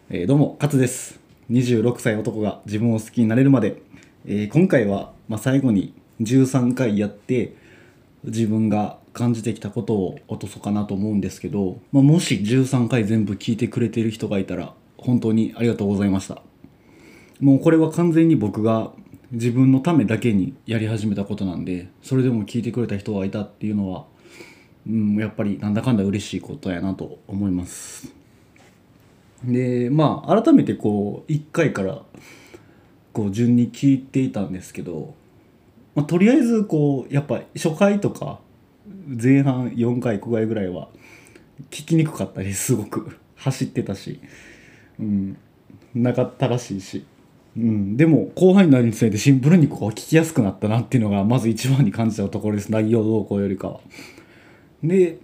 どうも、勝です。26歳男が自分を好きになれるまで。今回は、最後に13回やって自分が感じてきたことを落とそうかなと思うんですけど、もし13回全部聞いてくれてる人がいたら本当にありがとうございました。もうこれは完全に僕が自分のためだけにやり始めたことなんで、それでも聞いてくれた人がいたっていうのは、やっぱりなんだかんだ嬉しいことやなと思います。で改めて1回から順に聞いていたんですけど、とりあえずやっぱ初回とか前半4回5回ぐらいは聞きにくかったり、すごく走ってたし、なかったらしいし、でも後半になるにつれてシンプルに聞きやすくなったなっていうのがまず一番に感じたところです。内容動向よりかは。で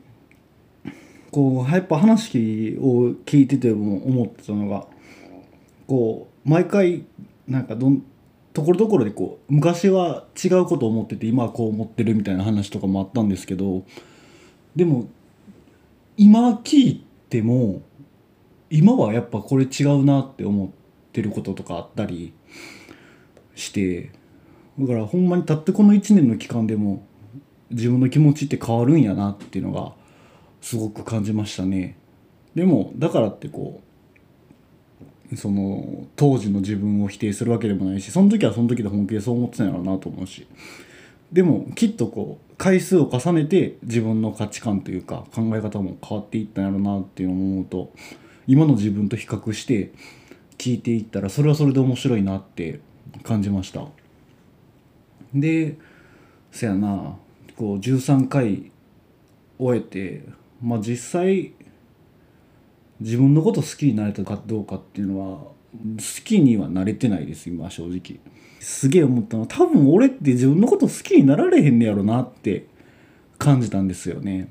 やっぱ話を聞いてても思ってたのが、毎回なんかところどころで昔は違うことを思ってて今はこう思ってるみたいな話とかもあったんですけど、でも今聞いても今はやっぱこれ違うなって思ってることとかあったりして、だからほんまにたってこの1年の期間でも自分の気持ちって変わるんやなっていうのがすごく感じましたね。でもだからってその当時の自分を否定するわけでもないし、その時はその時で本気でそう思ってたんやろうなと思うし、でもきっと回数を重ねて自分の価値観というか考え方も変わっていったんやろうなっていうのを思うと、今の自分と比較して聞いていったらそれはそれで面白いなって感じました。でせやな、13回終えて、実際自分のこと好きになれたかどうかっていうのは好きにはなれてないです今正直。すげえ思ったのは、多分俺って自分のこと好きになられへんねやろなって感じたんですよね。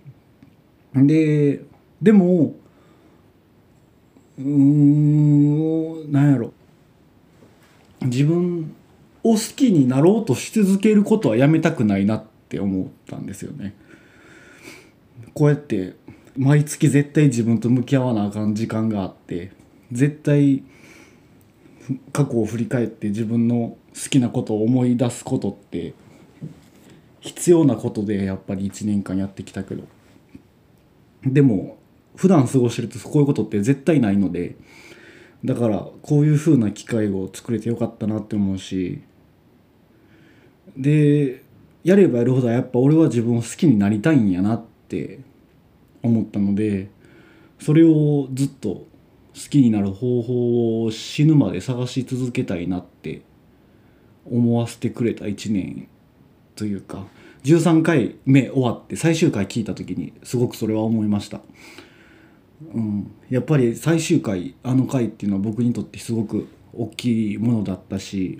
でもなんやろ、自分を好きになろうとし続けることはやめたくないなって思ったんですよね。こうやって毎月絶対自分と向き合わなあかん時間があって、絶対過去を振り返って自分の好きなことを思い出すことって必要なことで、やっぱり1年間やってきたけど、でも普段過ごしてるとこういうことって絶対ないので、だからこういう風な機会を作れてよかったなって思うし、でやればやるほどやっぱ俺は自分を好きになりたいんやなって思ったので、それをずっと好きになる方法を死ぬまで探し続けたいなって思わせてくれた1年というか、13回目終わって最終回聞いた時にすごくそれは思いました。やっぱり最終回あの回っていうのは僕にとってすごく大きいものだったし、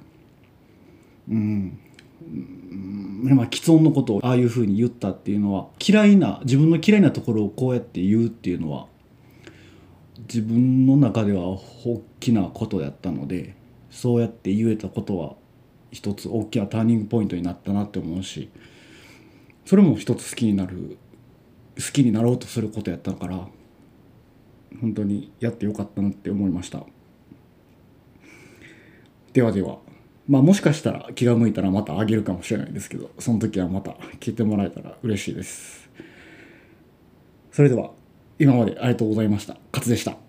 既存のことをああいうふうに言ったっていうのは、自分の嫌いなところをこうやって言うっていうのは自分の中では大きなことやったので、そうやって言えたことは一つ大きなターニングポイントになったなって思うし、それも一つ好きになろうとすることやったから、本当にやってよかったなって思いました。ではでは、もしかしたら気が向いたらまたあげるかもしれないですけど、その時はまた聞いてもらえたら嬉しいです。それでは今までありがとうございました。勝でした。